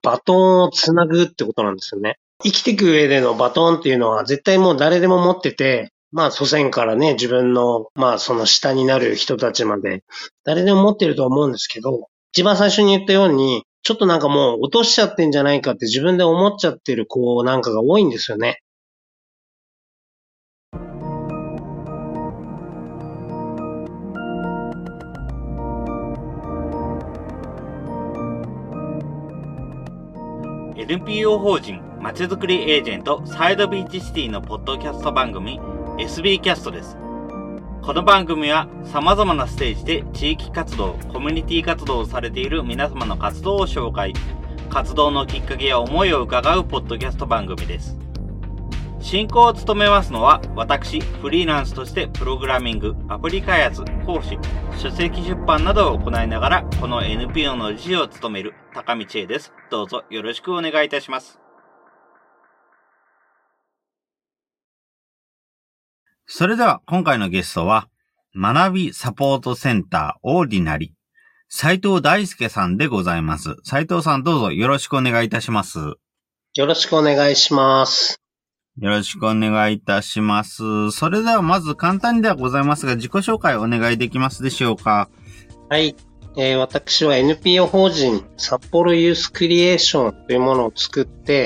バトンをつなぐってことなんですよね。生きていく上でのバトンっていうのは絶対もう誰でも持ってて、祖先からね、自分の、その下になる人たちまで、誰でも持ってるとは思うんですけど、一番最初に言ったように、ちょっとなんかもう落としちゃってんじゃないかって自分で思っちゃってる子なんかが多いんですよね。 NPO 法人まちづくりエージェントサイドビーチシティのポッドキャスト番組 SB キャストです。この番組は様々なステージで地域活動、コミュニティ活動をされている皆様の活動を紹介、活動のきっかけや思いを伺うポッドキャスト番組です。進行を務めますのは私、フリーランスとしてプログラミング、アプリ開発、講師、書籍出版などを行いながらこの NPO の理事を務める高道恵です。どうぞよろしくお願いいたします。それでは今回のゲストは学びサポートセンターオーディナリ斉藤大輔さんでございます。斉藤さんどうぞよろしくお願いいたします。 よろしくお願いします。 よろしくお願いいたします。それではまず簡単にではございますが自己紹介お願いできますでしょうか。 はい。私は NPO 法人札幌ユースクリエーションというものを作って、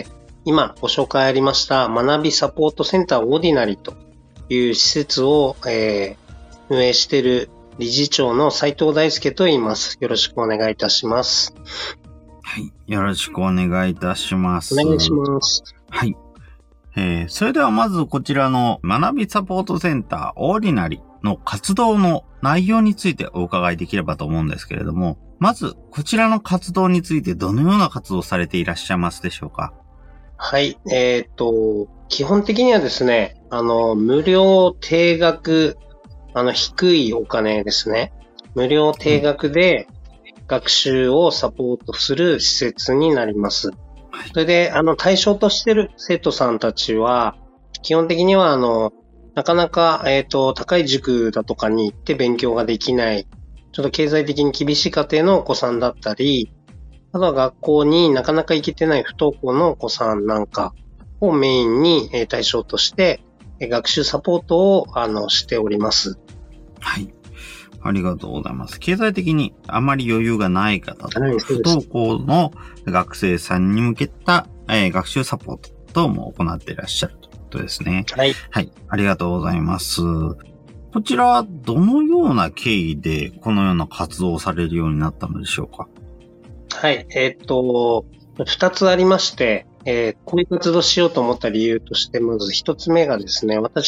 今ご紹介ありました学びサポートセンターオーディナリという施設を、運営している理事長の斉藤大輔と言います。よろしくお願いいたします。 はい。よろしくお願いいたします。 お願いします。 はい。それではまずこちらの学びサポートセンターオーディナリの活動の内容についてお伺いできればと思うんですけれども、まずこちらの活動についてどのような活動をされていらっしゃいますでしょうか。 はい。基本的にはですね、無料定額、低いお金ですね。無料定額で学習をサポートする施設になります。それで、対象としている生徒さんたちは、基本的には、なかなか、高い塾だとかに行って勉強ができない、ちょっと経済的に厳しい家庭のお子さんだったり、あとは学校になかなか行けてない不登校のお子さんなんかをメインに対象として、学習サポートを、しております。 はい。ありがとうございます。経済的にあまり余裕がない方とか、不登校の学生さんに向けた、学習サポート等も行っていらっしゃるということですね。 はい。 はい。ありがとうございます。こちらはどのような経緯でこのような活動をされるようになったのでしょうか。 はい。二つありまして、こういう活動しようと思った理由として、まず一つ目がですね、私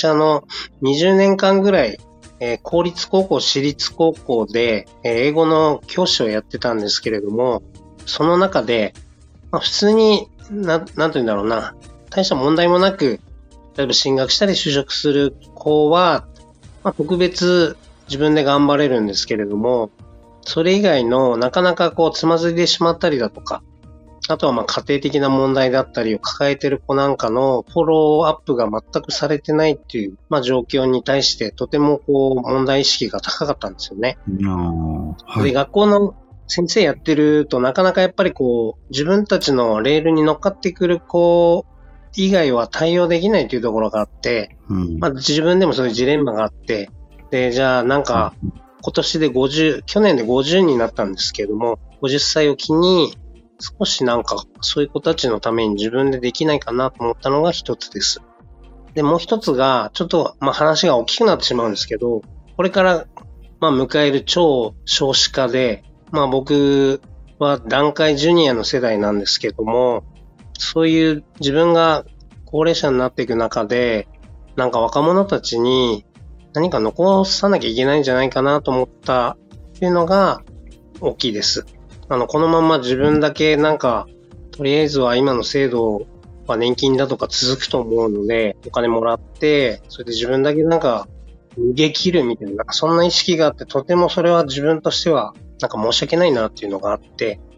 20年間ぐらい公立高校、私立高校で、英語の教師をやってたんですけれども、その中で、普通に、なんて言うんだろうな、大した問題もなく、例えば進学したり就職する子は、特別自分で頑張れるんですけれども、それ以外のなかなかつまずいてしまったりだとか、あとは家庭的な問題だったりを抱えている子なんかのフォローアップが全くされてないっていう、状況に対してとても問題意識が高かったんですよね。 はい、 で、学校の先生やってるとなかなかやっぱり自分たちのレールに乗っかってくる子以外は対応できないというところがあって、自分でもそういうジレンマがあって、で、じゃあ今年で去年で50になったんですけれども、50歳を機に少しそういう子たちのために自分でできないかなと思ったのが一つです。で、もう一つが、ちょっと話が大きくなってしまうんですけど、これから迎える超少子化で、僕は団塊ジュニアの世代なんですけども、そういう自分が高齢者になっていく中で、若者たちに何か残さなきゃいけないんじゃないかなと思ったっていうのが大きいです。このまま自分だけとりあえずは今の制度は年金だとか続くと思うので、お金もらって、それで自分だけ逃げ切るみたいな、そんな意識があって、とてもそれは自分としては申し訳ないなっていうのがあって、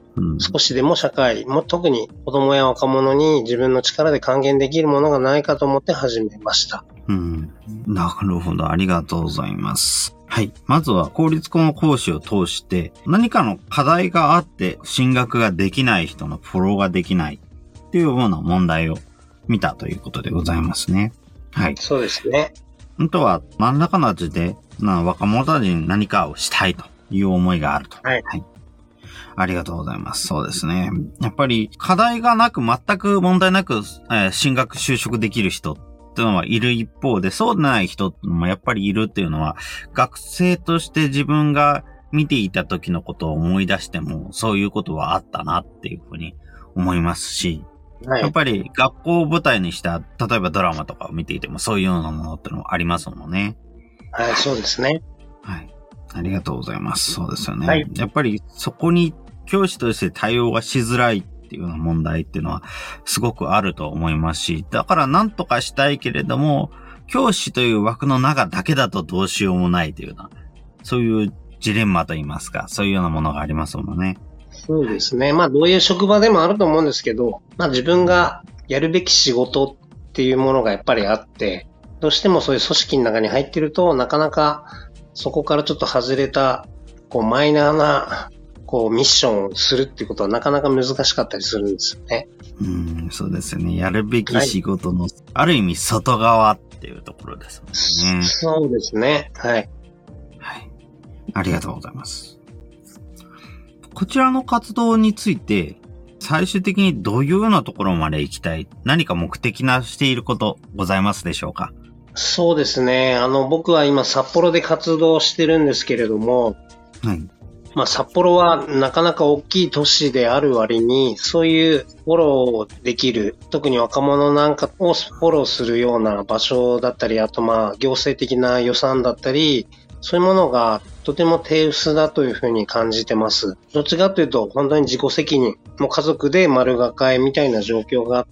少しでも社会、特に子供や若者に自分の力で還元できるものがないかと思って始めました。 なるほど。ありがとうございます。はい。まずは公立校の講師を通して何かの課題があって進学ができない人のフォローができないっていうような問題を見たということでございますね。はい。 そうですね。 本当は何らかの形で若者たちに何かをしたいという思いがあると。 はい。 ありがとうございます。そうですね。やっぱり課題がなく全く問題なく、進学就職できる人っていうのはいる一方で、そうでない人もやっぱりいるっていうのは、学生として自分が見ていた時のことを思い出しても、そういうことはあったなっていうふうに思いますし、やっぱり学校を舞台にした例えばドラマとかを見ていてもそういうようなものってのもありますもんね。 はい、そうですね。 はい。ありがとうございます。そうですよね。はい、やっぱりそこに教師として対応がしづらいっていうような問題っていうのはすごくあると思いますし、だから何とかしたいけれども、教師という枠の中だけだとどうしようもないというような、そういうジレンマといいますか、そういうようなものがありますもんね。 そうですね。どういう職場でもあると思うんですけど、自分がやるべき仕事っていうものがやっぱりあって、どうしてもそういう組織の中に入ってると、なかなかそこからちょっと外れた、マイナーな、ミッションをするっていうことはなかなか難しかったりするんですよね。 そうですよね。やるべき仕事の、ある意味外側っていうところですもんね。 そうですね。はい。 はい。ありがとうございます。こちらの活動について、最終的にどういうようなところまで行きたい、何か目的なしていることございますでしょうか？ そうですね。僕は今札幌で活動してるんですけれども、 はい。 札幌はなかなか大きい都市である割に、そういうフォローできる、特に若者なんかをフォローするような場所だったり、あと行政的な予算だったり、そういうものがとても手薄だというふうに感じてます。どっちかというと、本当に自己責任、もう家族で丸抱えみたいな状況があって、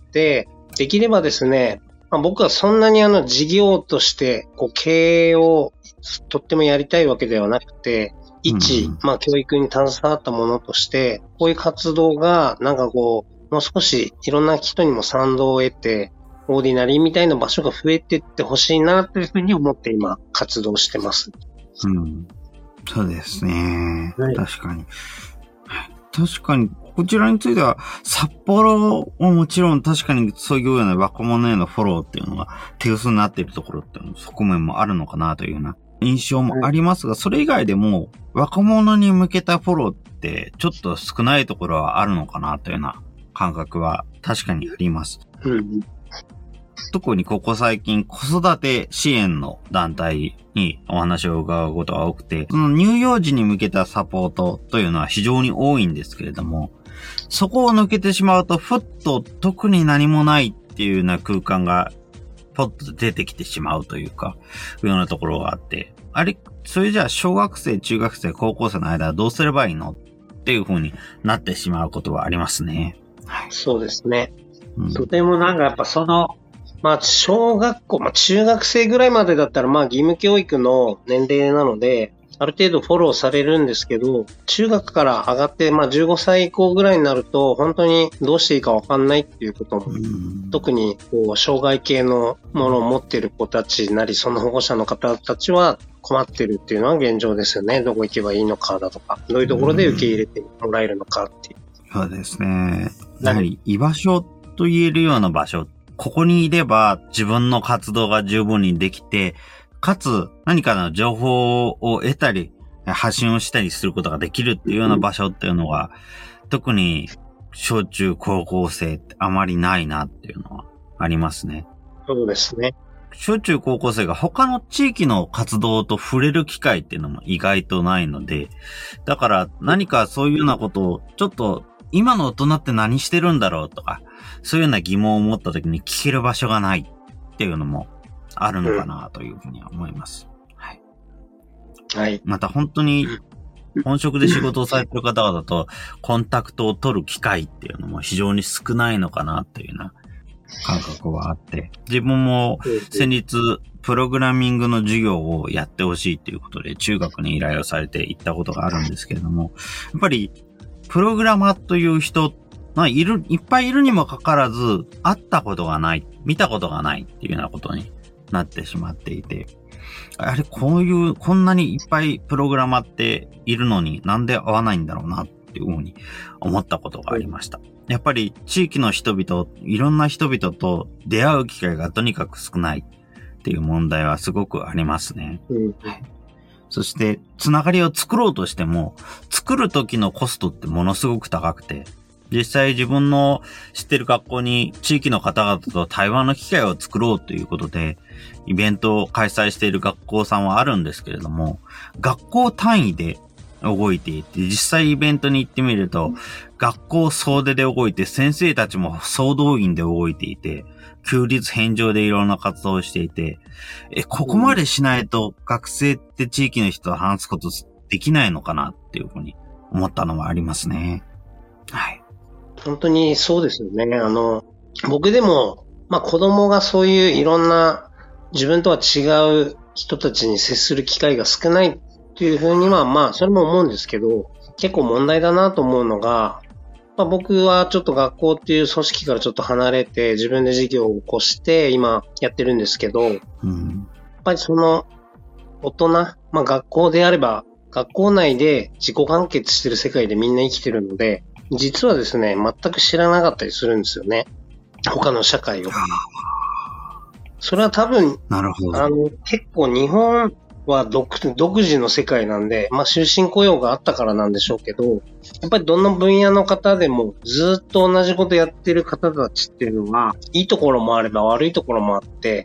できればですね、僕はそんなに事業として経営をとってもやりたいわけではなくて、教育に携わったものとして、こういう活動がもう少しいろんな人にも賛同を得て、オーディナリーみたいな場所が増えていってほしいなというふうに思って今活動してます。 そうですね。はい、確かに。確かに、こちらについては、札幌ももちろん確かにそういうような若者へのフォローっていうのが手薄になっているところっていう側面もあるのかなというような印象もありますが、それ以外でも若者に向けたフォローってちょっと少ないところはあるのかなというような感覚は確かにあります。特にここ最近子育て支援の団体にお話を伺うことが多くて、その乳幼児に向けたサポートというのは非常に多いんですけれども、そこを抜けてしまうとふっと特に何もないっていうような空間がポッと出てきてしまうというか、いうようなところがあって、あれ、それじゃあ小学生、中学生、高校生の間はどうすればいいのっていう風になってしまうことはありますね。 はい、そうですね。とてもやっぱ小学校、中学生ぐらいまでだったら義務教育の年齢なので、ある程度フォローされるんですけど、中学から上がって15歳以降ぐらいになると本当にどうしていいか分かんないっていうことも、特に障害系のものを持っている子たちなり、その保護者の方たちは困ってるっていうのは現状ですよね。どこ行けばいいのかだとか、どういうところで受け入れてもらえるのかっていう。 そうですね。やはり居場所と言えるような場所、ここにいれば自分の活動が十分にできて、かつ何かの情報を得たり発信をしたりすることができるっていうような場所っていうのは、特に小中高校生ってあまりないなっていうのはありますね。 そうですね。 小中高校生が他の地域の活動と触れる機会っていうのも意外とないので、だから何かそういうようなことをちょっと今の大人って何してるんだろうとか、そういうような疑問を持った時に聞ける場所がないっていうのもあるのかなというふうには思います。はい。 はい。 また本当に本職で仕事をされている方々とコンタクトを取る機会っていうのも非常に少ないのかなっていうような感覚はあって、自分も先日プログラミングの授業をやってほしいということで中学に依頼をされて行ったことがあるんですけれども、やっぱりプログラマーという人、いっぱいいるにもかかわらず、会ったことがない、見たことがないっていうようなことになってしまっていて、やはりこんなにいっぱいプログラマーっているのになんで会わないんだろうなっていうふうに思ったことがありました。やっぱり地域の人々、いろんな人々と出会う機会がとにかく少ないっていう問題はすごくありますね。はい、そして、つながりを作ろうとしても、作る時のコストってものすごく高くて、実際自分の知ってる学校に地域の方々と対話の機会を作ろうということで、イベントを開催している学校さんはあるんですけれども、学校単位で動いていて、実際イベントに行ってみると、学校総出で動いて、先生たちも総動員で動いていて、休日返上でいろんな活動をしていて、ここまでしないと学生って地域の人と話すことできないのかなっていうふうに思ったのはありますね。はい。 本当にそうですよね。僕でも、子供がそういういろんな自分とは違う人たちに接する機会が少ないっていうふうには、それも思うんですけど、結構問題だなと思うのが、僕はちょっと学校っていう組織からちょっと離れて自分で事業を起こして今やってるんですけど、やっぱりその大人、学校であれば学校内で自己完結してる世界でみんな生きてるので、実はですね、全く知らなかったりするんですよね。他の社会を。それは多分、 なるほど。 結構日本は独自の世界なんで、終身雇用があったからなんでしょうけど、やっぱりどの分野の方でもずっと同じことやってる方たちっていうのは、いいところもあれば悪いところもあって、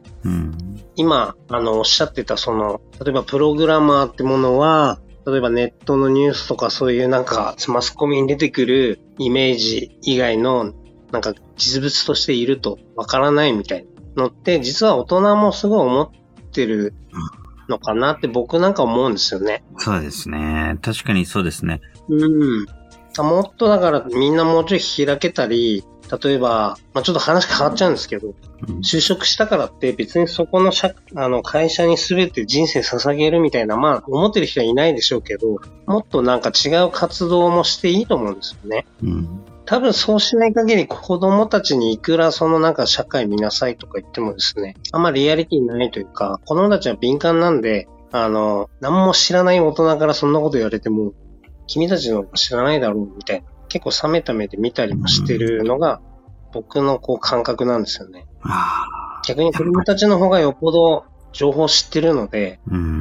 今、おっしゃってた例えばプログラマーってものは、例えばネットのニュースとかそういうマスコミに出てくるイメージ以外の実物としているとわからないみたいなのって、実は大人もすごい思ってるのかなって僕なんか思うんですよね。 そうですね。確かにそうですね。 もっとだからみんなもうちょい開けたり、例えば、ちょっと話変わっちゃうんですけど、就職したからって別にそこの会社に全て人生捧げるみたいな、思ってる人はいないでしょうけど、もっと違う活動もしていいと思うんですよね。多分そうしない限り子供たちにいくら社会見なさいとか言ってもですね、あんまりリアリティないというか、子供たちは敏感なんで、何も知らない大人からそんなこと言われても、君たちの知らないだろうみたいな、結構冷めた目で見たりもしてるのが僕の感覚なんですよね。逆に子供たちの方がよっぽど情報を知ってるので、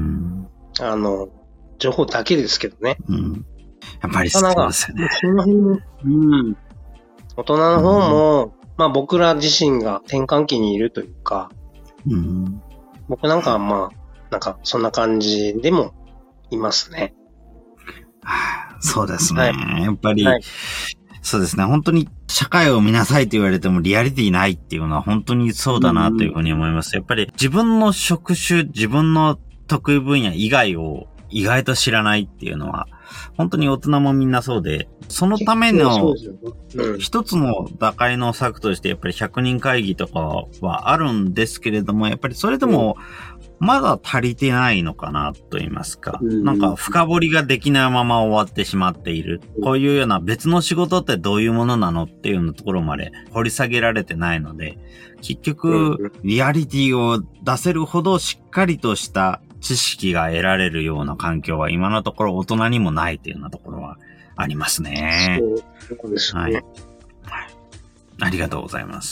情報だけですけどね。 やっぱりそうですよね。 その辺も、大人の方も、僕ら自身が転換期にいるというか、僕なんかはそんな感じでもいますね。 そうですね。やっぱり、そうですね。本当に社会を見なさいと言われてもリアリティないっていうのは本当にそうだなというふうに思います。やっぱり自分の職種、自分の得意分野以外を意外と知らないっていうのは、本当に大人もみんなそうで、そのための一つの打開の策としてやっぱり100人会議とかはあるんですけれども、やっぱりそれでもまだ足りてないのかなと言いますか、深掘りができないまま終わってしまっている。こういうような別の仕事ってどういうものなのっていうようなところまで掘り下げられてないので、結局リアリティを出せるほどしっかりとした知識が得られるような環境は今のところ大人にもないというようなところはありますね。 そうですね。 ありがとうございます。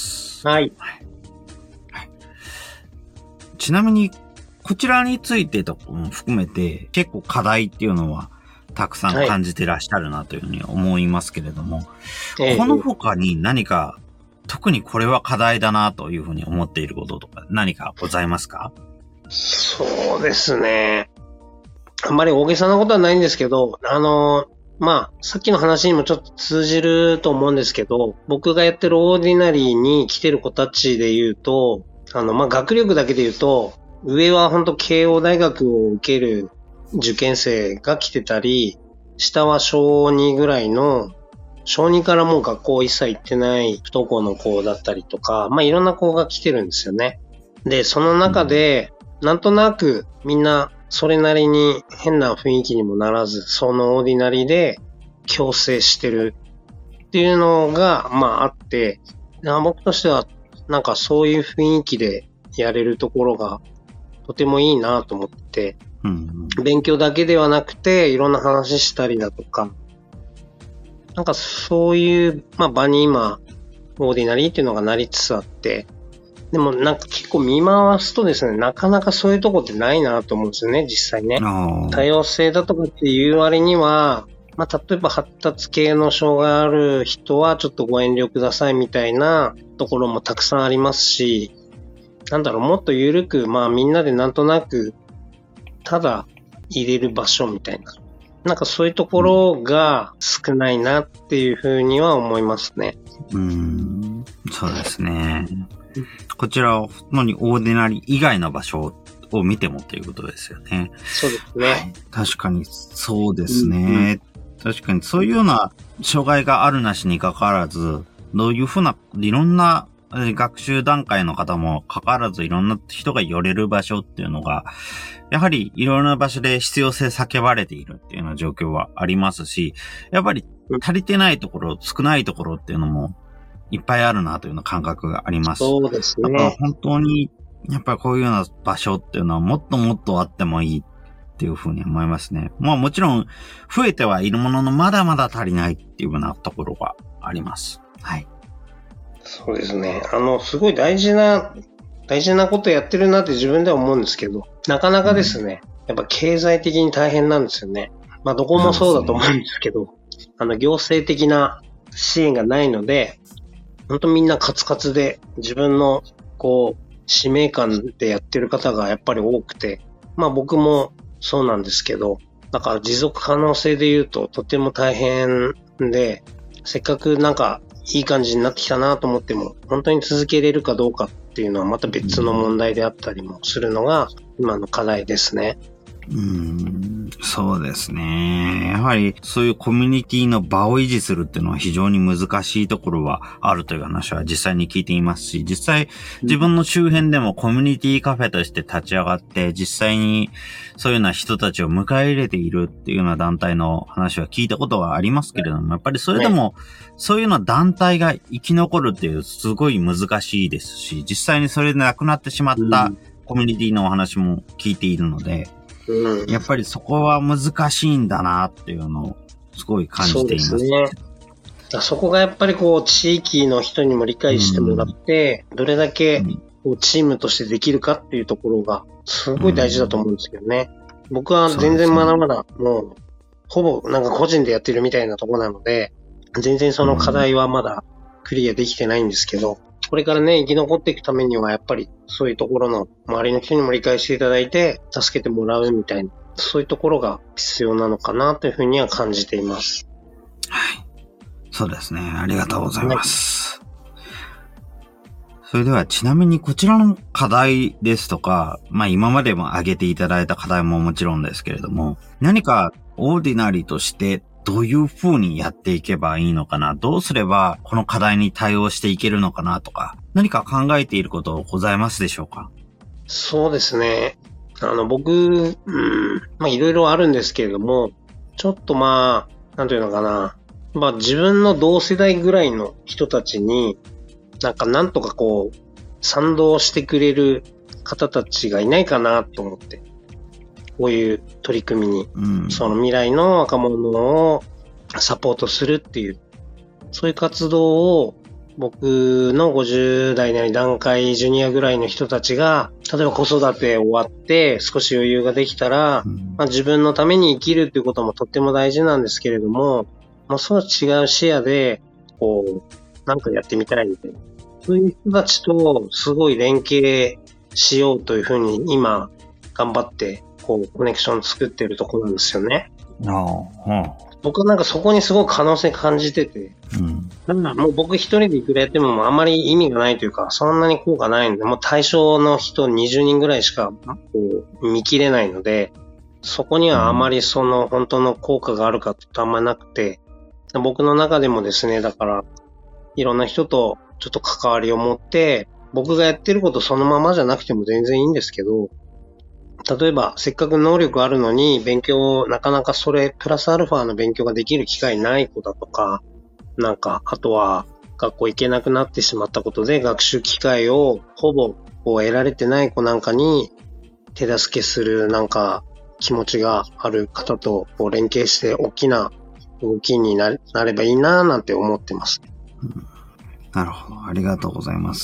ちなみに、こちらについてとかも含めて結構課題っていうのはたくさん感じてらっしゃるなというふうに思いますけれども、この他に何か特にこれは課題だなというふうに思っていることとか何かございますか？ そうですね。あんまり大げさなことはないんですけど、さっきの話にもちょっと通じると思うんですけど、僕がやってるオーディナリーに来てる子たちで言うと、学力だけで言うと、上は本当慶応大学を受ける受験生が来てたり、下は小2ぐらいの、小2からもう学校一切行ってない不登校の子だったりとか、いろんな子が来てるんですよね。で、その中で、なんとなくみんなそれなりに変な雰囲気にもならず、そのオーディナリーで強制してるっていうのが、あって、僕としては、なんかそういう雰囲気でやれるところがとてもいいなと思って、勉強だけではなくて、いろんな話したりだとか、なんかそういう、場に今、オーディナリーっていうのがなりつつあって、でもなんか結構見回すとですね、なかなかそういうとこってないなと思うんですよね、実際ね。多様性だとかっていう割には、例えば発達系の障害ある人はちょっとご遠慮くださいみたいなところもたくさんありますし、もっと緩く、みんなでなんとなく、ただ入れる場所みたいな。なんかそういうところが少ないなっていうふうには思いますね。 そうですね。こちらは本当にオーディナリー以外の場所を見てもということですよね。 そうですね。はい、 確かにそうですね。確かにそういうような障害があるなしにかかわらず、どういうふうないろんな学習段階の方もかかわらずいろんな人が寄れる場所っていうのが、やはりいろんな場所で必要性叫ばれているっていうような状況はありますし、やっぱり足りてないところ、少ないところっていうのもいっぱいあるなというような感覚があります。 そうですね。 だから本当に、やっぱりこういうような場所っていうのはもっともっとあってもいいっていうふうに思いますね。もちろん増えてはいるもののまだまだ足りないっていうようなところがあります。はい。 そうですね。すごい大事なことやってるなって自分では思うんですけど、なかなかですね、やっぱ経済的に大変なんですよね。どこもそうだと思うんですけど、行政的な支援がないので、本当みんなカツカツで自分の使命感でやってる方がやっぱり多くて、僕もそうなんですけど、だから持続可能性で言うととても大変で、せっかくなんかいい感じになってきたなと思っても、本当に続けれるかどうかっていうのはまた別の問題であったりもするのが今の課題ですね。 そうですね。やはりそういうコミュニティの場を維持するっていうのは非常に難しいところはあるという話は実際に聞いていますし、実際自分の周辺でもコミュニティカフェとして立ち上がって実際にそういうような人たちを迎え入れているっていうような団体の話は聞いたことはありますけれども、やっぱりそれでもそういうような団体が生き残るっていうすごい難しいですし、実際にそれで亡くなってしまったコミュニティのお話も聞いているので、やっぱりそこは難しいんだなっていうのをすごい感じています。そうですね。 そこがやっぱり地域の人にも理解してもらって、どれだけチームとしてできるかっていうところがすごい大事だと思うんですけどね。僕は全然まだまだもうほぼなんか個人でやってるみたいなところなので、全然その課題はまだクリアできてないんですけど、これからね、生き残っていくためにはやっぱりそういうところの周りの人にも理解していただいて助けてもらうみたいな、そういうところが必要なのかなというふうには感じています。 はい。そうですね。ありがとうございます。それではちなみにこちらの課題ですとか、今までも挙げていただいた課題ももちろんですけれども、何かオーディナリーとしてどういう風にやっていけばいいのかな、どうすればこの課題に対応していけるのかなとか、何か考えていることございますでしょうか？ そうですね。僕、いろいろあるんですけれども、ちょっとなんていうのかな。自分の同世代ぐらいの人たちに、なんとか賛同してくれる方たちがいないかなと思って。こういう取り組みに、その未来の若者をサポートするっていう、そういう活動を僕の50代なり団塊ジュニアぐらいの人たちが、例えば子育て終わって少し余裕ができたら、自分のために生きるっていうこともとっても大事なんですけれども、そう違う視野で、なんかやってみたいみたいな。そういう人たちとすごい連携しようというふうに今頑張ってコネクション作ってるところなんですよね。僕はそこにすごく可能性感じてて、もう僕一人でいくらやってもあんまり意味がないというか、そんなに効果ないので、もう対象の人20人ぐらいしか見切れないので、そこにはあまり本当の効果があるかってあんまなくて、僕の中でもですね、だからいろんな人とちょっと関わりを持って、僕がやってることそのままじゃなくても全然いいんですけど、 例えばせっかく能力あるのに勉強なかなかそれプラスアルファの勉強ができる機会ない子だとか、なんかあとは学校行けなくなってしまったことで学習機会をほぼ得られてない子なんかに手助けするなんか気持ちがある方と連携して大きな動きになればいいななんて思ってます。 なるほど。ありがとうございます。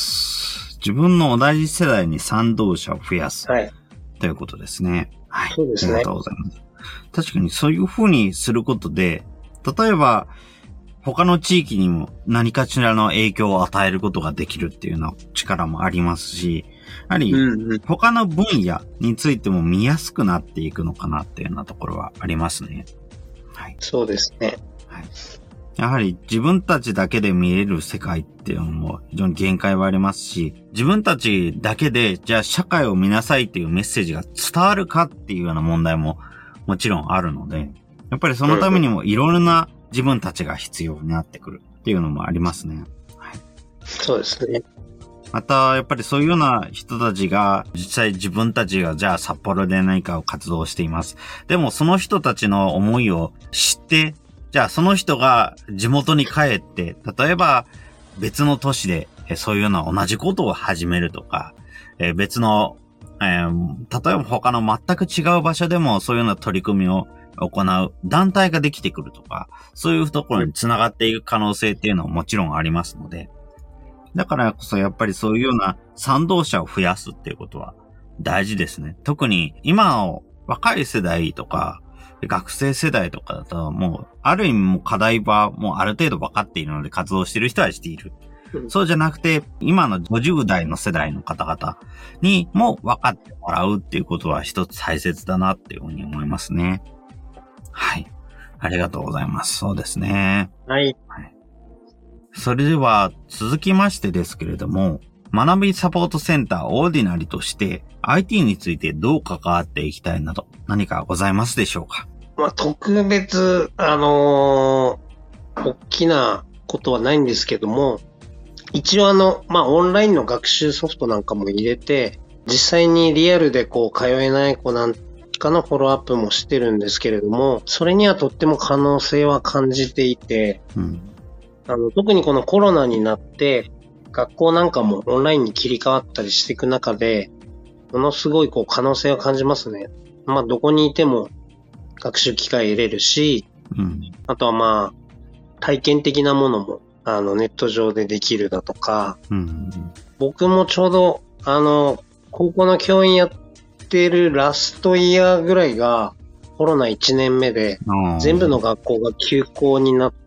自分の同じ世代に賛同者を増やす。はい。ということですね。はい。 そうですね。 ありがとうございます。確かにそういうふうにすることで、例えば、他の地域にも何かしらの影響を与えることができるっていうような力もありますし、やはり他の分野についても見やすくなっていくのかなっていうようなところはありますね。はい。 そうですね。 はい。やはり自分たちだけで見れる世界っていうのも非常に限界はありますし、自分たちだけでじゃあ社会を見なさいっていうメッセージが伝わるかっていうような問題ももちろんあるので、やっぱりそのためにもいろいろな自分たちが必要になってくるっていうのもありますね。はい。 そうですね。 また、やっぱりそういうような人たちが、実際自分たちがじゃあ札幌で何かを活動しています。でもその人たちの思いを知って、じゃあその人が地元に帰って、例えば別の都市でそういうような同じことを始めるとか、別の、例えば他の全く違う場所でもそういうような取り組みを行う団体ができてくるとか、そういうところにつながっていく可能性っていうのはもちろんありますので、だからこそやっぱりそういうような賛同者を増やすっていうことは大事ですね。特に今の若い世代とか学生世代とかだともうある意味もう課題はもうある程度分かっているので活動している人はしている。そうじゃなくて今の50代の世代の方々にも分かってもらうっていうことは一つ大切だなっていうふうに思いますね。はい。ありがとうございます。そうですね。 はい。 それでは続きましてですけれども、学びサポートセンターオーディナリとして IT についてどう関わっていきたいなど何かございますでしょうか？ 特別、大きなことはないんですけども、一応オンラインの学習ソフトなんかも入れて、実際にリアルで通えない子なんかのフォローアップもしてるんですけれども、それにはとっても可能性は感じていて、特にこのコロナになって、学校なんかもオンラインに切り替わったりしていく中で、ものすごい可能性を感じますね。どこにいても学習機会得れるし、あとは体験的なものもネット上でできるだとか、僕もちょうど高校の教員やってるラストイヤーぐらいがコロナ1年目で、全部の学校が休校になって、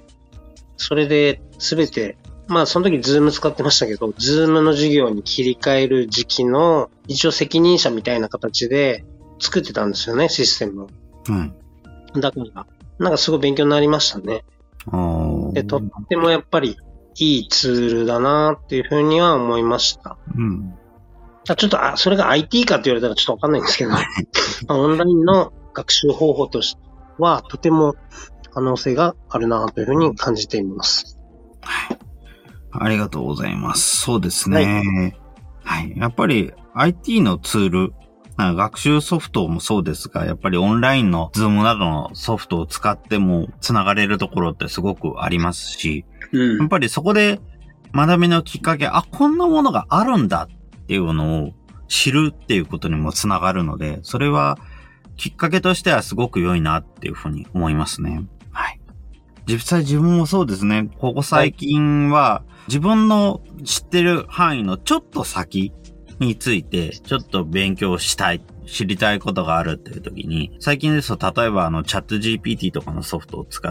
それで全て、その時ズーム使ってましたけど、ズームの授業に切り替える時期の一応責任者みたいな形で作ってたんですよね、システムを。だから、なんかすごい勉強になりましたね。で、とってもやっぱりいいツールだなっていうふうには思いました。ちょっと、それが IT かって言われたらちょっとわかんないんですけど、オンラインの学習方法としてはとても可能性があるなというふうに感じています。 はい。ありがとうございます。そうですね。はい。やっぱり IT のツール、学習ソフトもそうですが、やっぱりオンラインの Zoom などのソフトを使ってもつながれるところってすごくありますし、やっぱりそこで学びのきっかけ、こんなものがあるんだっていうのを知るっていうことにもつながるので、それはきっかけとしてはすごく良いなっていうふうに思いますね。はい。実際自分もそうですね。ここ最近は自分の知ってる範囲のちょっと先についてちょっと勉強したい、知りたいことがあるっていう時に、最近ですと例えばチャット GPT とかのソフトを使って、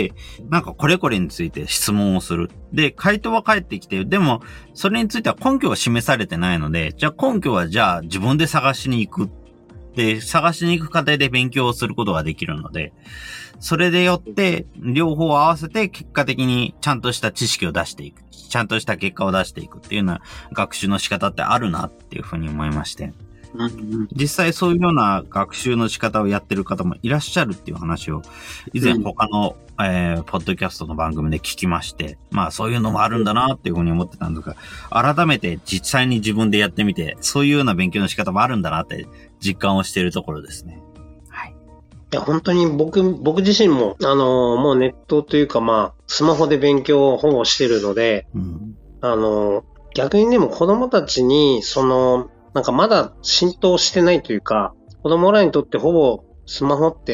なんかこれこれについて質問をする。で、回答は返ってきて、でもそれについては根拠が示されてないので、じゃあ根拠は自分で探しに行く。で、探しに行く過程で勉強をすることができるので、それでよって両方合わせて結果的にちゃんとした知識を出していく。ちゃんとした結果を出していくっていうような学習の仕方ってあるなっていうふうに思いまして。実際そういうような学習の仕方をやってる方もいらっしゃるっていう話を以前他の、ポッドキャストの番組で聞きまして、そういうのもあるんだなっていうふうに思ってたんですが、改めて実際に自分でやってみて、そういうような勉強の仕方もあるんだなって実感をしているところですね。はい。 いや、本当に僕自身も、もうネットというかスマホで勉強をほぼしてるので、逆にでも子供たちに、なんかまだ浸透してないというか、子供らにとってほぼスマホって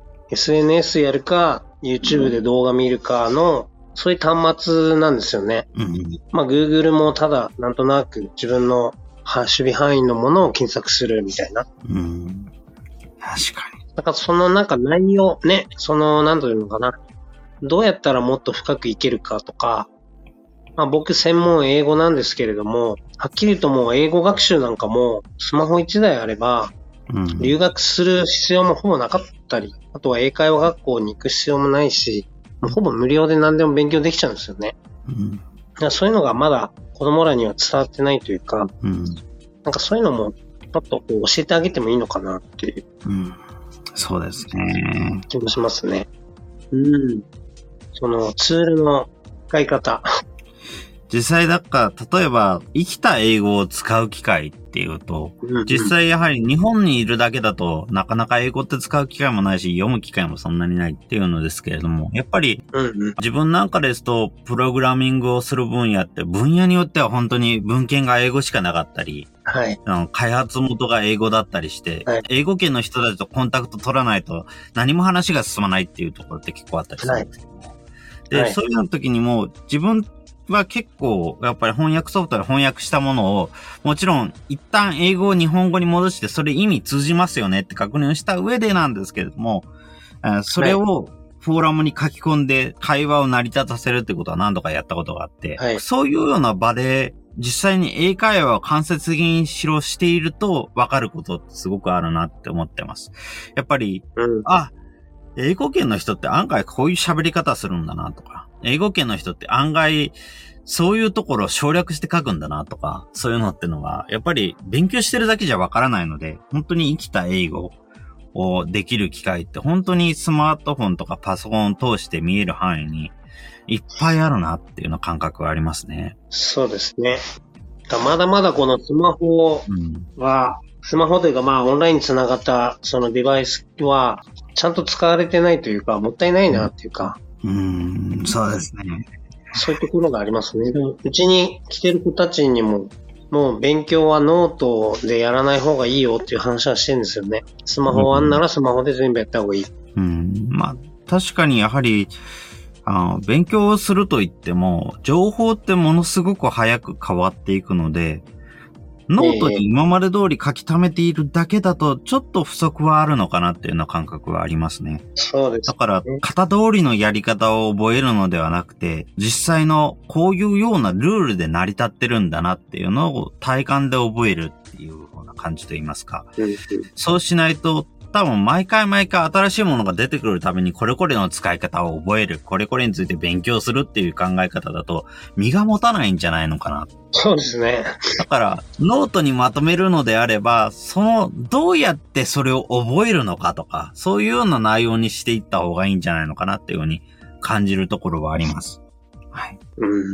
SNS やるか、YouTube で動画見るかの、そういう端末なんですよね。Google もただなんとなく自分の守備範囲のものを検索するみたいな。 確かに。 だからそのなんか内容ね、なんというのかな。どうやったらもっと深くいけるかとか、僕専門英語なんですけれども、はっきり言うともう英語学習なんかもスマホ1台あれば、留学する必要もほぼなかったり、あとは英会話学校に行く必要もないし、ほぼ無料で何でも勉強できちゃうんですよね。だからそういうのがまだ子供らには伝わってないというか、なんかそういうのもちょっと教えてあげてもいいのかなっていう。 そうですね。 気もしますね。そのツールの使い方。 実際だから、例えば生きた英語を使う機会っていうと、実際やはり日本にいるだけだとなかなか英語って使う機会もないし、読む機会もそんなにないっていうのですけれども、やっぱり自分なんかですと、プログラミングをする分野って分野によっては本当に文献が英語しかなかったり、開発元が英語だったりして、英語圏の人たちとコンタクト取らないと何も話が進まないっていうところって結構あったりするんですけども。で、そういうの時にも自分は結構やっぱり翻訳ソフトで翻訳したものをもちろん一旦英語を日本語に戻してそれ意味通じますよねって確認した上でなんですけれども、それをフォーラムに書き込んで会話を成り立たせるってことは何度かやったことがあって、そういうような場で実際に英会話を間接的にしていると分かることってすごくあるなって思ってます。やっぱり、英語圏の人って案外こういう喋り方するんだなとか、英語圏の人って案外そういうところを省略して書くんだなとか、そういうのってのがやっぱり勉強してるだけじゃわからないので、本当に生きた英語をできる機会って本当にスマートフォンとかパソコンを通して見える範囲にいっぱいあるなっていうの感覚がありますね。 そうですね。まだまだこのスマホは、スマホというかオンラインにつながったそのデバイスはちゃんと使われてないというか、もったいないなっていうか。 そうですね。 そういうところがありますね。うちに来てる子たちにも、もう勉強はノートでやらない方がいいよっていう話はしてるんですよね。スマホあんならスマホで全部やった方がいい。 確かにやはり、勉強をすると言っても、情報ってものすごく早く変わっていくので、ノートに今まで通り書き溜めているだけだと、ちょっと不足はあるのかなっていうような感覚はありますね。 そうですね。 だから、型通りのやり方を覚えるのではなくて、実際のこういうようなルールで成り立ってるんだなっていうのを体感で覚えるっていうような感じといいますか。そうしないと、多分毎回新しいものが出てくるためにこれこれの使い方を覚える、これこれについて勉強するっていう考え方だと身が持たないんじゃないのかな。 そうですね。 だからノートにまとめるのであれば、どうやってそれを覚えるのかとか、そういうような内容にしていった方がいいんじゃないのかなっていうように感じるところはあります。はい。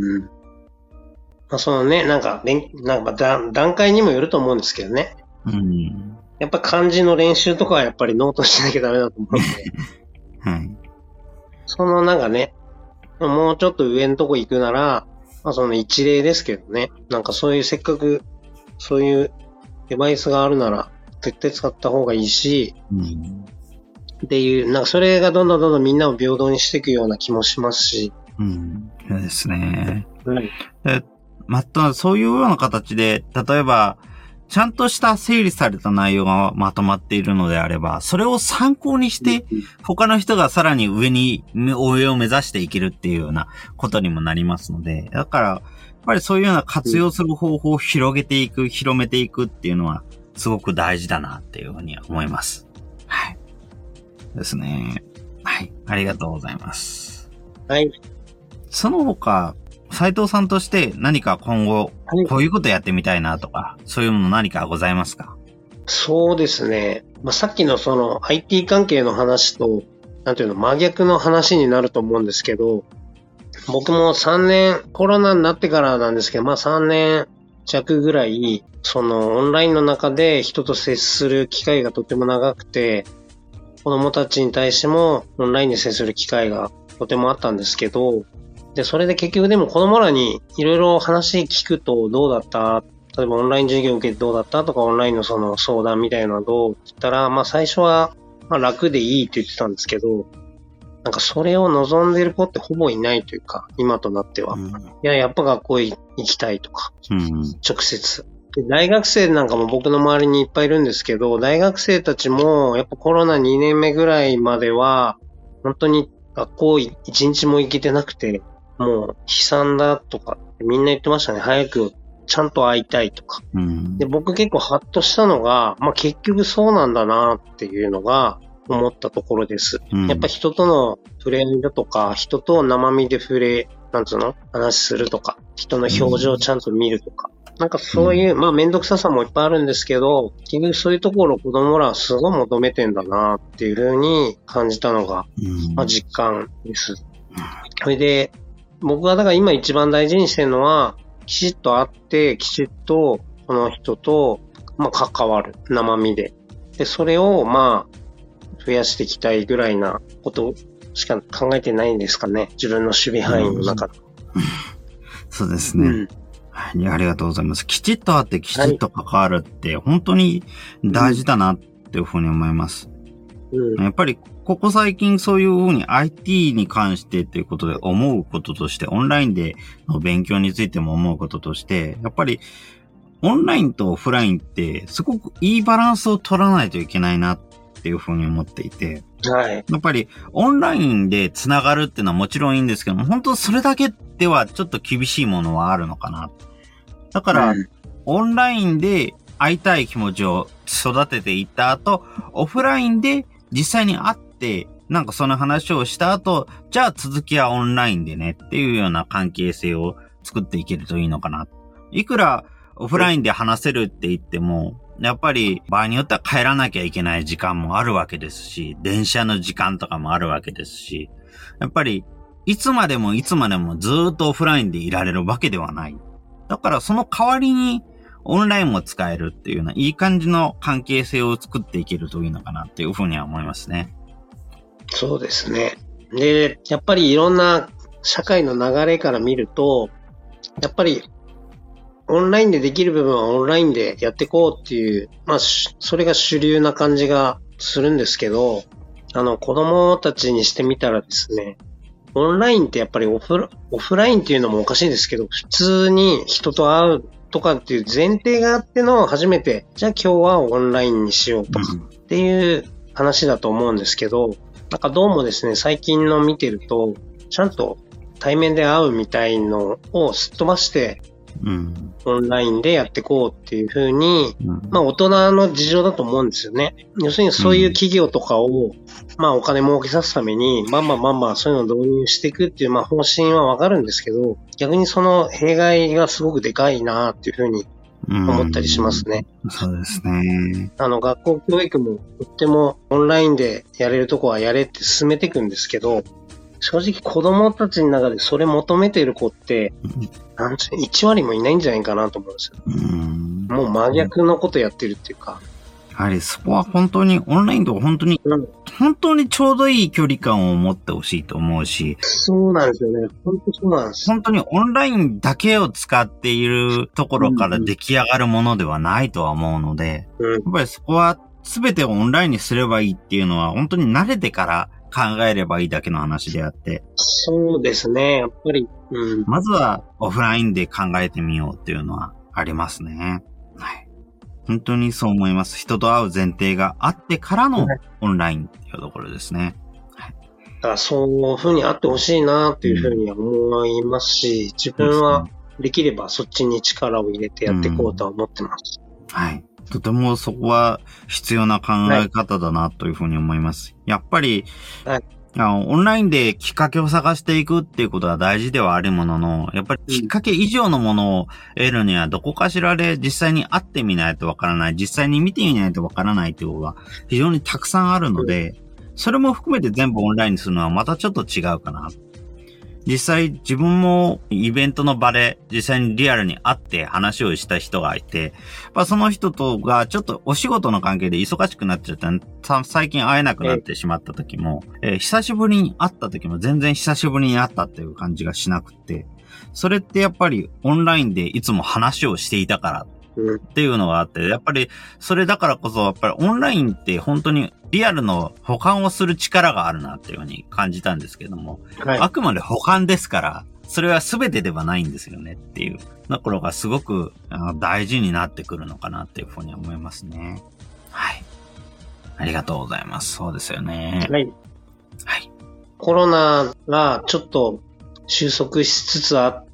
そのね、なんか段階にもよると思うんですけどね。やっぱ漢字の練習とかはやっぱりノートしなきゃダメだと思うんで。そのなんかね、もうちょっと上のとこ行くなら、その一例ですけどね。なんかそういうせっかくそういうデバイスがあるなら絶対使った方がいいし、っていう、なんかそれがどんどんみんなを平等にしていくような気もしますし。 そうですね。またそういうような形で、例えば、ちゃんとした整理された内容がまとまっているのであれば、それを参考にして、他の人がさらに上を目指していけるっていうようなことにもなりますので、だから、やっぱりそういうような活用する方法を広めていくっていうのは、すごく大事だなっていうふうに思います。はい。ですね。はい。ありがとうございます。 はい。 その他、斉藤さんとして何か今後、こういうことやってみたいなとか、そういうもの何かございますか？ そうですね。さっきのその IT 関係の話と、真逆の話になると思うんですけど、僕も3年、コロナになってからなんですけど、3年弱ぐらい、そのオンラインの中で人と接する機会がとても長くて、子供たちに対してもオンラインで接する機会がとてもあったんですけど、で、それで結局でも子供らにいろいろ話聞くとどうだった？例えばオンライン授業受けてどうだったとか、オンラインのその相談みたいなのどう言ったら、まあ最初は楽でいいって言ってたんですけど、なんかそれを望んでる子ってほぼいないというか、今となっては。いや、やっぱ学校行きたいとか、直接。で、大学生なんかも僕の周りにいっぱいいるんですけど、大学生たちもやっぱコロナ2年目ぐらいまでは、本当に学校1日も行けてなくて、もう悲惨だとかみんな言ってましたね。早くちゃんと会いたいとか。で、僕結構ハッとしたのが、まあ結局そうなんだなっていうのが思ったところです。やっぱ人との触れ合いだとか、人と生身で話するとか、人の表情をちゃんと見るとか。なんかそういう、まあめんどくささもいっぱいあるんですけど、結局そういうところを子供らはすごい求めてんだなっていう風に感じたのが、まあ実感です。それで、僕がだから今一番大事にしてるのは、きちっと会って、きちっとその人と、まあ関わる。生身で。で、それをまあ、増やしていきたいぐらいなことしか考えてないんですかね。自分の守備範囲の中で。 そうですね。はい、ありがとうございます。きちっと会ってきちっと関わるって本当に大事だなっていうふうに思います。やっぱりここ最近そういうふうに IT に関してということで思うこととして、オンラインでの勉強についても思うこととして、やっぱりオンラインとオフラインってすごくいいバランスを取らないといけないなっていうふうに思っていて、 はい。 やっぱりオンラインでつながるっていうのはもちろんいいんですけども、本当それだけではちょっと厳しいものはあるのかな。だから、オンラインで会いたい気持ちを育てていった後、オフラインで実際に会って、なんかその話をした後、じゃあ続きはオンラインでねっていうような関係性を作っていけるといいのかな。いくらオフラインで話せるって言っても、やっぱり場合によっては帰らなきゃいけない時間もあるわけですし、電車の時間とかもあるわけですし、やっぱりいつまでもずーっとオフラインでいられるわけではない。だからその代わりにオンラインも使えるっていうようないい感じの関係性を作っていけるといいのかなっていうふうには思いますね。 そうですね。で、やっぱりいろんな社会の流れから見ると、やっぱりオンラインでできる部分はオンラインでやっていこうっていう、まあ、それが主流な感じがするんですけど、子供たちにしてみたらですね、オンラインってやっぱりオフラインっていうのもおかしいですけど、普通に人と会うとかっていう前提があっての初めて、じゃあ今日はオンラインにしようとかっていう話だと思うんですけど、なんかどうもですね、最近の見てると、ちゃんと対面で会うみたいのをすっ飛ばして、オンラインでやっていこうっていう風に、まあ大人の事情だと思うんですよね。要するにそういう企業とかを、まあお金儲けさすために、まあそういうのを導入していくっていう、まあ方針はわかるんですけど、逆にその弊害がすごくでかいなっていう風に思ったりしますね。 そうですね。 学校教育もとってもオンラインでやれるとこはやれって進めていくんですけど、正直子供たちの中でそれ求めている子って、1割もいないんじゃないかなと思うんですよ。もう真逆のことやってるっていうか。 やはりそこは本当にオンラインと本当にちょうどいい距離感を持ってほしいと思うし。 そうなんですよね。本当そうなんです。 本当にオンラインだけを使っているところから出来上がるものではないとは思うので、やっぱりそこは全てをオンラインにすればいいっていうのは本当に慣れてから考えればいいだけの話であって。 そうですね。やっぱり、 まずはオフラインで考えてみようっていうのはありますね。はい。本当にそう思います。人と会う前提があってからのオンラインっていうところですね。はい。 だからそういう風にあってほしいなっていう風に思いますし、自分はできればそっちに力を入れてやっていこうとは思ってます。 はい。とてもそこは必要な考え方だなというふうに思います。やっぱり、オンラインできっかけを探していくっていうことは大事ではあるものの、やっぱりきっかけ以上のものを得るにはどこかしらで実際に会ってみないとわからない、実際に見てみないとわからないということが非常にたくさんあるので、それも含めて全部オンラインにするのはまたちょっと違うかな。 実際自分もイベントの場で実際にリアルに会って話をした人がいて、その人とがちょっとお仕事の関係で忙しくなっちゃった、最近会えなくなってしまった時も、久しぶりに会った時も全然久しぶりに会ったっていう感じがしなくて、それってやっぱりオンラインでいつも話をしていたからっていうのがあって、やっぱりそれだからこそやっぱりオンラインって本当にリアルの補完をする力があるなっていうふうに感じたんですけども、はい、あくまで補完ですから、それは全てではないんですよねっていうところがすごく大事になってくるのかなっていうふうに思いますね。はい。ありがとうございます。そうですよね。 はい。はい。コロナがちょっと収束しつつあって、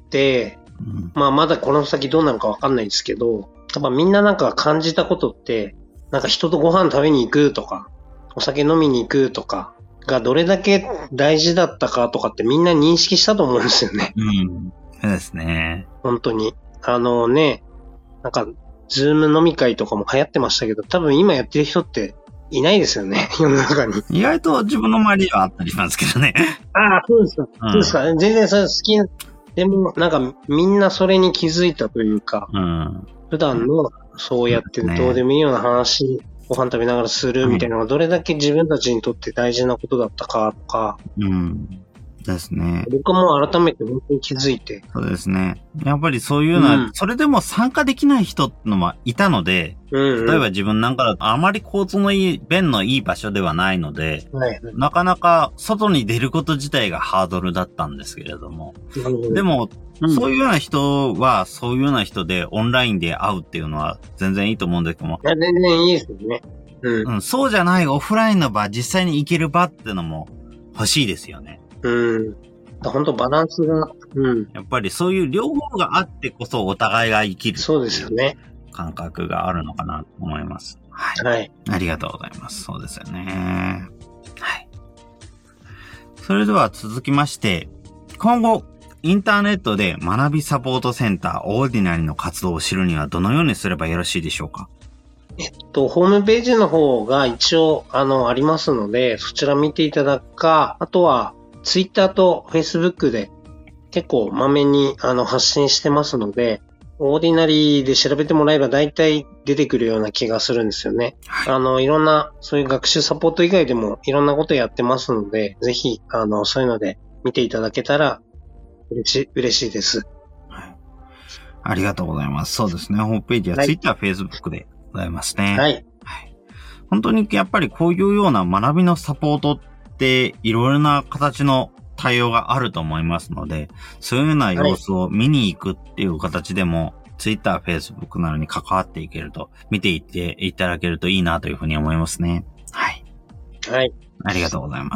まだこの先どうなるかわかんないですけど、やっぱみんななんか感じたことって、なんか人とご飯食べに行くとか、お酒飲みに行くとかがどれだけ大事だったかとかってみんな認識したと思うんですよね。 そうですね。 本当に。なんか、ズーム飲み会とかも流行ってましたけど、多分今やってる人っていないですよね、世の中に。 意外と自分の周りにはあったりしますけどね。 ああ、そうですか。そうですか。全然それ好きな、でもなんかみんなそれに気づいたというか、普段のそうやってどうでもいいような話、ご飯食べながらするみたいなのがどれだけ自分たちにとって大事なことだったかとか、 ですね。 僕も改めて本当に気づいて。 そうですね。やっぱりそういうのは、それでも参加できない人のもいたので、例えば自分なんかだとあまり交通のいい、便のいい場所ではないので、なかなか外に出ること自体がハードルだったんですけれども、でも、そういうような人は、そういうような人でオンラインで会うっていうのは全然いいと思うんですけども。 全然いいですよね。 そうじゃないオフラインの場、実際に行ける場っていうのも欲しいですよね。 本当バランスが、 やっぱりそういう両方があってこそお互いが生きる。 そうですよね。 感覚があるのかなと思います。 はい。 ありがとうございます。そうですよね。はい。それでは続きまして、今後、インターネットで学びサポートセンターオーディナリーの活動を知るにはどのようにすればよろしいでしょうか？ ホームページの方が一応、ありますので、そちら見ていただくか、あとは、ツイッターとフェイスブックで結構まめに発信してますので、オーディナリーで調べてもらえば大体出てくるような気がするんですよね。いろんな、そういう学習サポート以外でもいろんなことやってますので、ぜひ、そういうので見ていただけたら嬉しいです。 はい。ありがとうございます。そうですね。ホームページやツイッター、フェイスブックでございますね。 はい。 本当にやっぱりこういうような学びのサポートっていろいろな形の対応があると思いますので、そういうような様子を見に行くっていう形でも、Twitter、Facebook などに関わっていけると、見ていっていただけるといいなというふうに思いますね。はい。 はい。 ありがとうございます。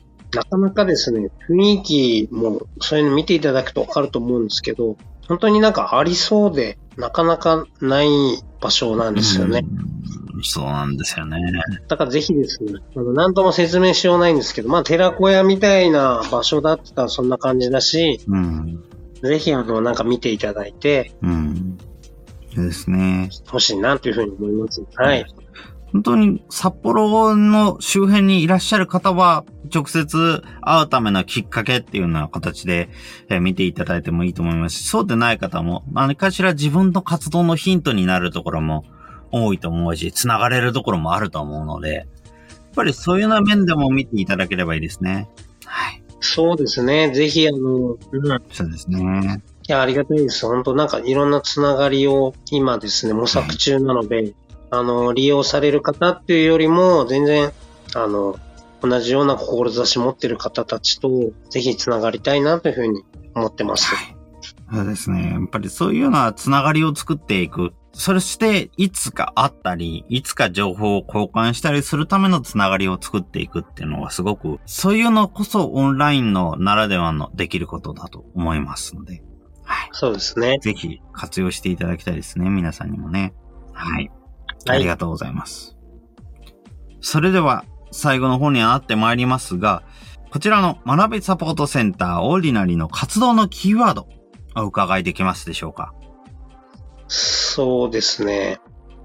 なかなかですね、雰囲気もそういうの見ていただくとわかると思うんですけど、本当になんかありそうで、なかなかない場所なんですよね。 そうなんですよね。 だからぜひですね、何とも説明しようないんですけど、寺子屋みたいな場所だったらそんな感じだし、ぜひなんか見ていただいて、 ですね。 欲しいなというふうに思います。はい。 本当に札幌の周辺にいらっしゃる方は、直接会うためのきっかけっていうような形で見ていただいてもいいと思いますし、そうでない方も何かしら自分の活動のヒントになるところも多いと思うし、つながれるところもあると思うので、やっぱりそういうような面でも見ていただければいいですね。はい。 そうですね。ぜひそうですね。 いや、ありがたいです。本当なんかいろんなつながりを今ですね、模索中なので、利用される方っていうよりも、全然、同じような志持ってる方たちと、ぜひつながりたいなというふうに思ってます。 そうですね。やっぱりそういうようなつながりを作っていく。そして、いつか会ったり、いつか情報を交換したりするためのつながりを作っていくっていうのがすごく、そういうのこそオンラインのならではのできることだと思いますので。はい。 そうですね。 ぜひ活用していただきたいですね。皆さんにもね。はい。ありがとうございます。それでは、最後の方にはなってまいりますが、こちらの学びサポートセンターオーディナリーの活動のキーワード、お伺いできますでしょうか？ そうですね。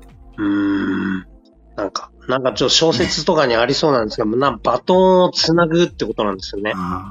なんかちょっと小説とかにありそうなんですけど、バトンをつなぐってことなんですよね。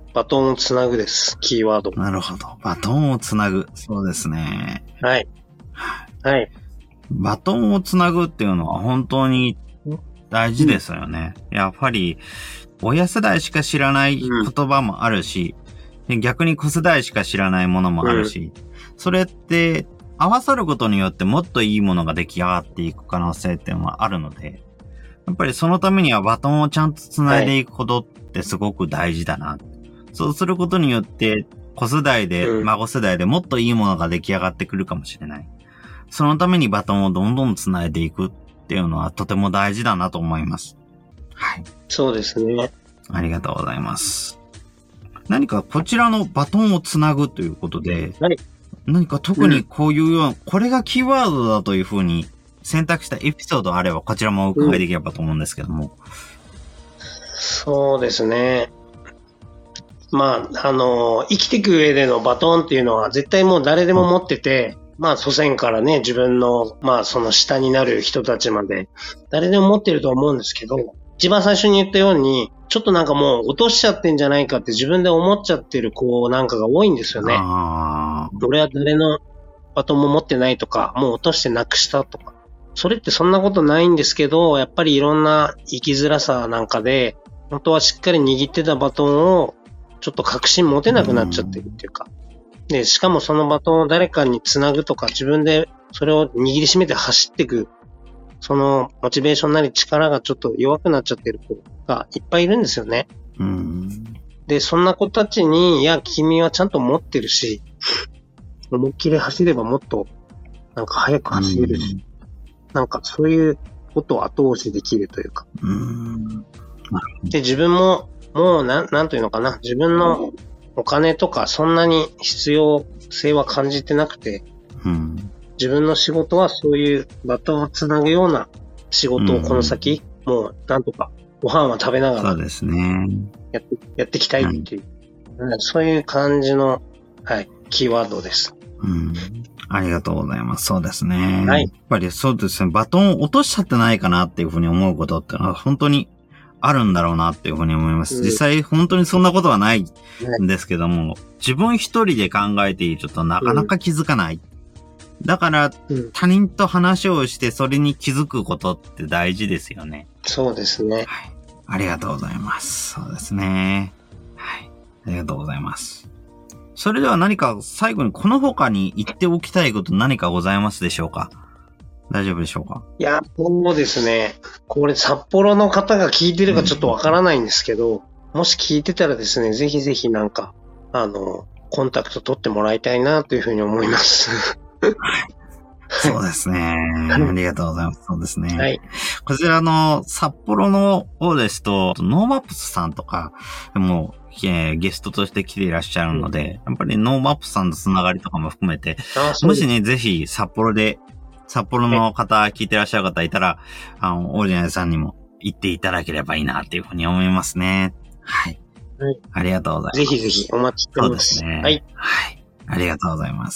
バトンをつなぐです。キーワード。 なるほど。バトンをつなぐ。そうですね。 はい。はい。 バトンをつなぐっていうのは本当に大事ですよね。やっぱり、親世代しか知らない言葉もあるし、逆に子世代しか知らないものもあるし、それって合わさることによってもっといいものが出来上がっていく可能性っていうのはあるので、やっぱりそのためにはバトンをちゃんとつないでいくことってすごく大事だな。そうすることによって、子世代で、孫世代でもっといいものが出来上がってくるかもしれない。そのためにバトンをどんどんつないでいくっていうのはとても大事だなと思います。はい。 そうですね。 ありがとうございます。何かこちらのバトンをつなぐということで、 はい、 何か特にこういうような、これがキーワードだというふうに選択したエピソードあればこちらもお伺いできればと思うんですけども。 そうですね。まあ、生きていく上でのバトンっていうのは絶対もう誰でも持ってて、まあ、祖先からね、自分の、まあ、その下になる人たちまで、誰でも持ってると思うんですけど、一番最初に言ったように、ちょっとなんかもう落としちゃってんじゃないかって自分で思っちゃってる子なんかが多いんですよね。俺は誰のバトンも持ってないとか、もう落としてなくしたとか。それってそんなことないんですけど、やっぱりいろんな生きづらさなんかで、本当はしっかり握ってたバトンをちょっと確信持てなくなっちゃってるっていうか。で、しかもそのバトンを誰かにつなぐとか、自分でそれを握りしめて走っていく、そのモチベーションなり力がちょっと弱くなっちゃってる子がいっぱいいるんですよね。で、そんな子たちに、いや、君はちゃんと持ってるし、思いっきり走ればもっと、なんか速く走れるし、なんかそういうことを後押しできるというか。で、自分も、もうなんというのかな、自分のお金とかそんなに必要性は感じてなくて、自分の仕事はそういうバトンをつなぐような仕事をこの先、もうなんとかご飯は食べながら、 そうですね。 やっていきたいっていう、そういう感じの、はい、キーワードです。 ありがとうございます。そうですね。はい。やっぱりそうですね。バトンを落としちゃってないかなっていうふうに思うことってのは本当にあるんだろうなっていうふうに思います。実際本当にそんなことはないんですけども、自分一人で考えているとなかなか気づかない。だから他人と話をしてそれに気づくことって大事ですよね。 そうですね。はい。 ありがとうございます。そうですね。はい。ありがとうございます。それでは何か最後にこの他に言っておきたいこと何かございますでしょうか？大丈夫でしょうか？ いや、そうですね。これ札幌の方が聞いてるかちょっとわからないんですけど、もし聞いてたらですね、ぜひぜひなんか、コンタクト取ってもらいたいなというふうに思います。 そうですね。ありがとうございます。そうですね。 はい。 こちらの札幌の方ですと、ノーマップスさんとかもゲストとして来ていらっしゃるので、やっぱりノーマップスさんのつながりとかも含めて、もしね、ぜひ札幌の方、聞いてらっしゃる方いたら、オーディナリさんにも行っていただければいいなっていうふうに思いますね。はい。 はい、 ありがとうございます。 ぜひぜひお待ちしてます。 そうですね。 はい。 はい。ありがとうございます。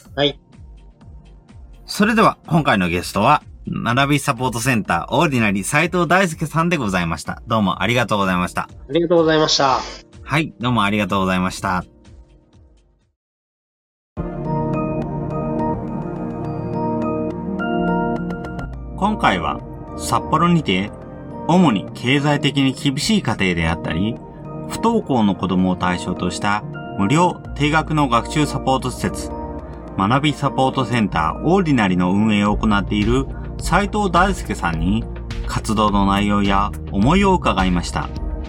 はい。 それでは、今回のゲストは、学びサポートセンターオーディナリ斉藤大輔さんでございました。どうもありがとうございました。 ありがとうございました。 はい、どうもありがとうございました。今回は札幌にて主に経済的に厳しい家庭であったり、不登校の子供を対象とした無料低額の学習サポート施設、学びサポートセンターオーディナリの運営を行っている斉藤大輔さんに活動の内容や思いを伺いました。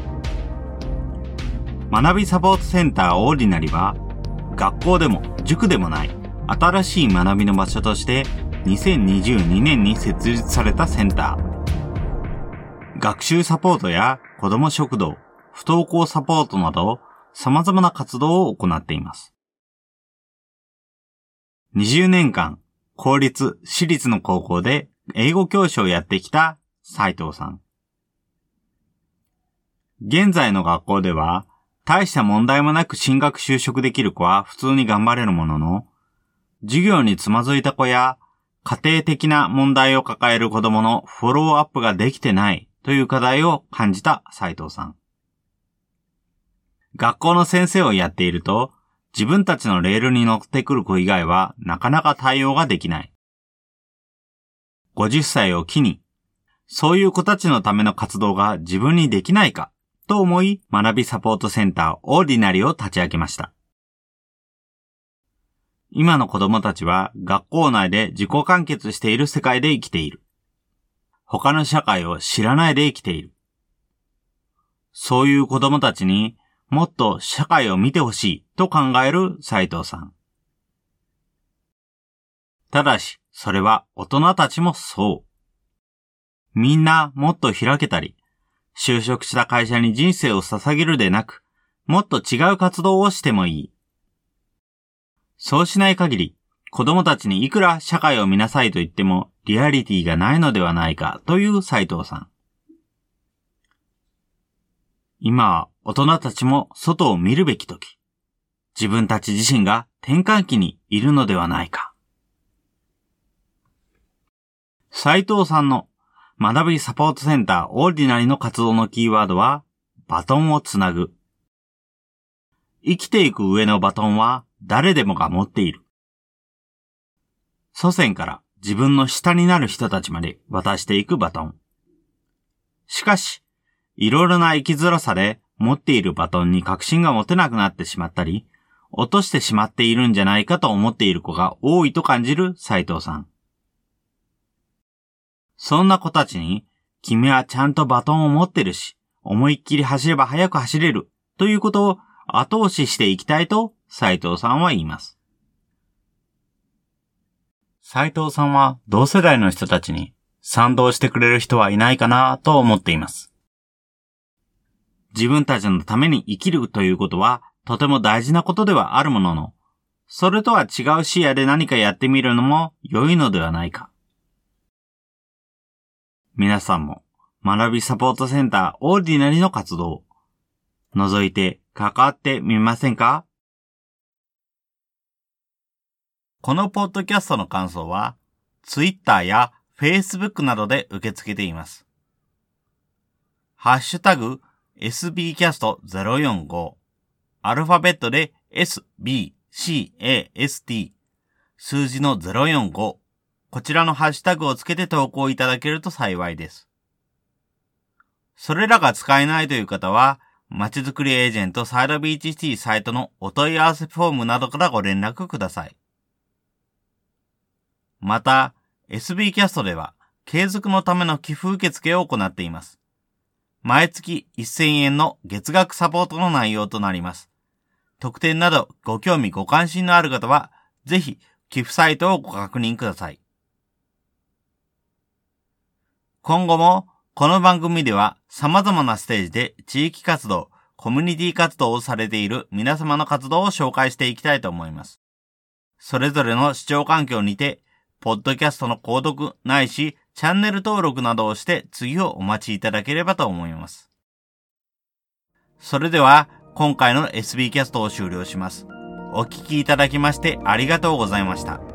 学びサポートセンターオーディナリは学校でも塾でもない新しい学びの場所として2022年に設立されたセンター。学習サポートや子ども食堂、不登校サポートなど様々な活動を行っています。20年間、公立、私立の高校で英語教師をやってきた斉藤さん。現在の学校では、大した問題もなく進学就職できる子は普通に頑張れるものの、授業につまずいた子や家庭的な問題を抱える子供のフォローアップができてないという課題を感じた斉藤さん。 学校の先生をやっていると、自分たちのレールに乗ってくる子以外はなかなか対応ができない。50歳を機に、そういう子たちのための活動が自分にできないかと思い、学びサポートセンターオーディナリーを立ち上げました。今の子供たちは学校内で自己完結している世界で生きている。他の社会を知らないで生きている。そういう子供たちにもっと社会を見てほしいと考える斉藤さん。ただし、それは大人たちもそう。みんなもっと開けたり、就職した会社に人生を捧げるでなく、もっと違う活動をしてもいい。そうしない限り、子供たちにいくら社会を見なさいと言ってもリアリティがないのではないかという斉藤さん。今は大人たちも外を見るべき時、自分たち自身が転換期にいるのではないか。斉藤さんの学びサポートセンターオーディナリーの活動のキーワードはバトンをつなぐ。生きていく上のバトンは誰でもが持っている。祖先から自分の下になる人たちまで渡していくバトン。しかし、いろいろな生きづらさで持っているバトンに確信が持てなくなってしまったり、落としてしまっているんじゃないかと思っている子が多いと感じる斉藤さん。そんな子たちに、君はちゃんとバトンを持ってるし、思いっきり走れば速く走れるということを後押ししていきたいと斉藤さんは言います。斉藤さんは同世代の人たちに賛同してくれる人はいないかなと思っています。自分たちのために生きるということはとても大事なことではあるものの、それとは違う視野で何かやってみるのも良いのではないか。皆さんも学びサポートセンターオーディナリーの活動を覗いて関わってみませんか？このポッドキャストの感想は、Twitter や Facebook などで受け付けています。ハッシュタグ SBcast045 アルファベットで SBCAST 数字の045こちらのハッシュタグをつけて投稿いただけると幸いです。それらが使えないという方は、まちづくりエージェントサイドビーチシティサイトのお問い合わせフォームなどからご連絡ください。また、SB キャストでは、継続のための寄付受付を行っています。毎月1000円の月額サポートの内容となります。特典などご興味ご関心のある方は、ぜひ寄付サイトをご確認ください。今後も、この番組では様々なステージで地域活動、コミュニティ活動をされている皆様の活動を紹介していきたいと思います。それぞれの視聴環境にて、ポッドキャストの購読ないし、チャンネル登録などをして次をお待ちいただければと思います。それでは、今回の SB キャストを終了します。お聞きいただきましてありがとうございました。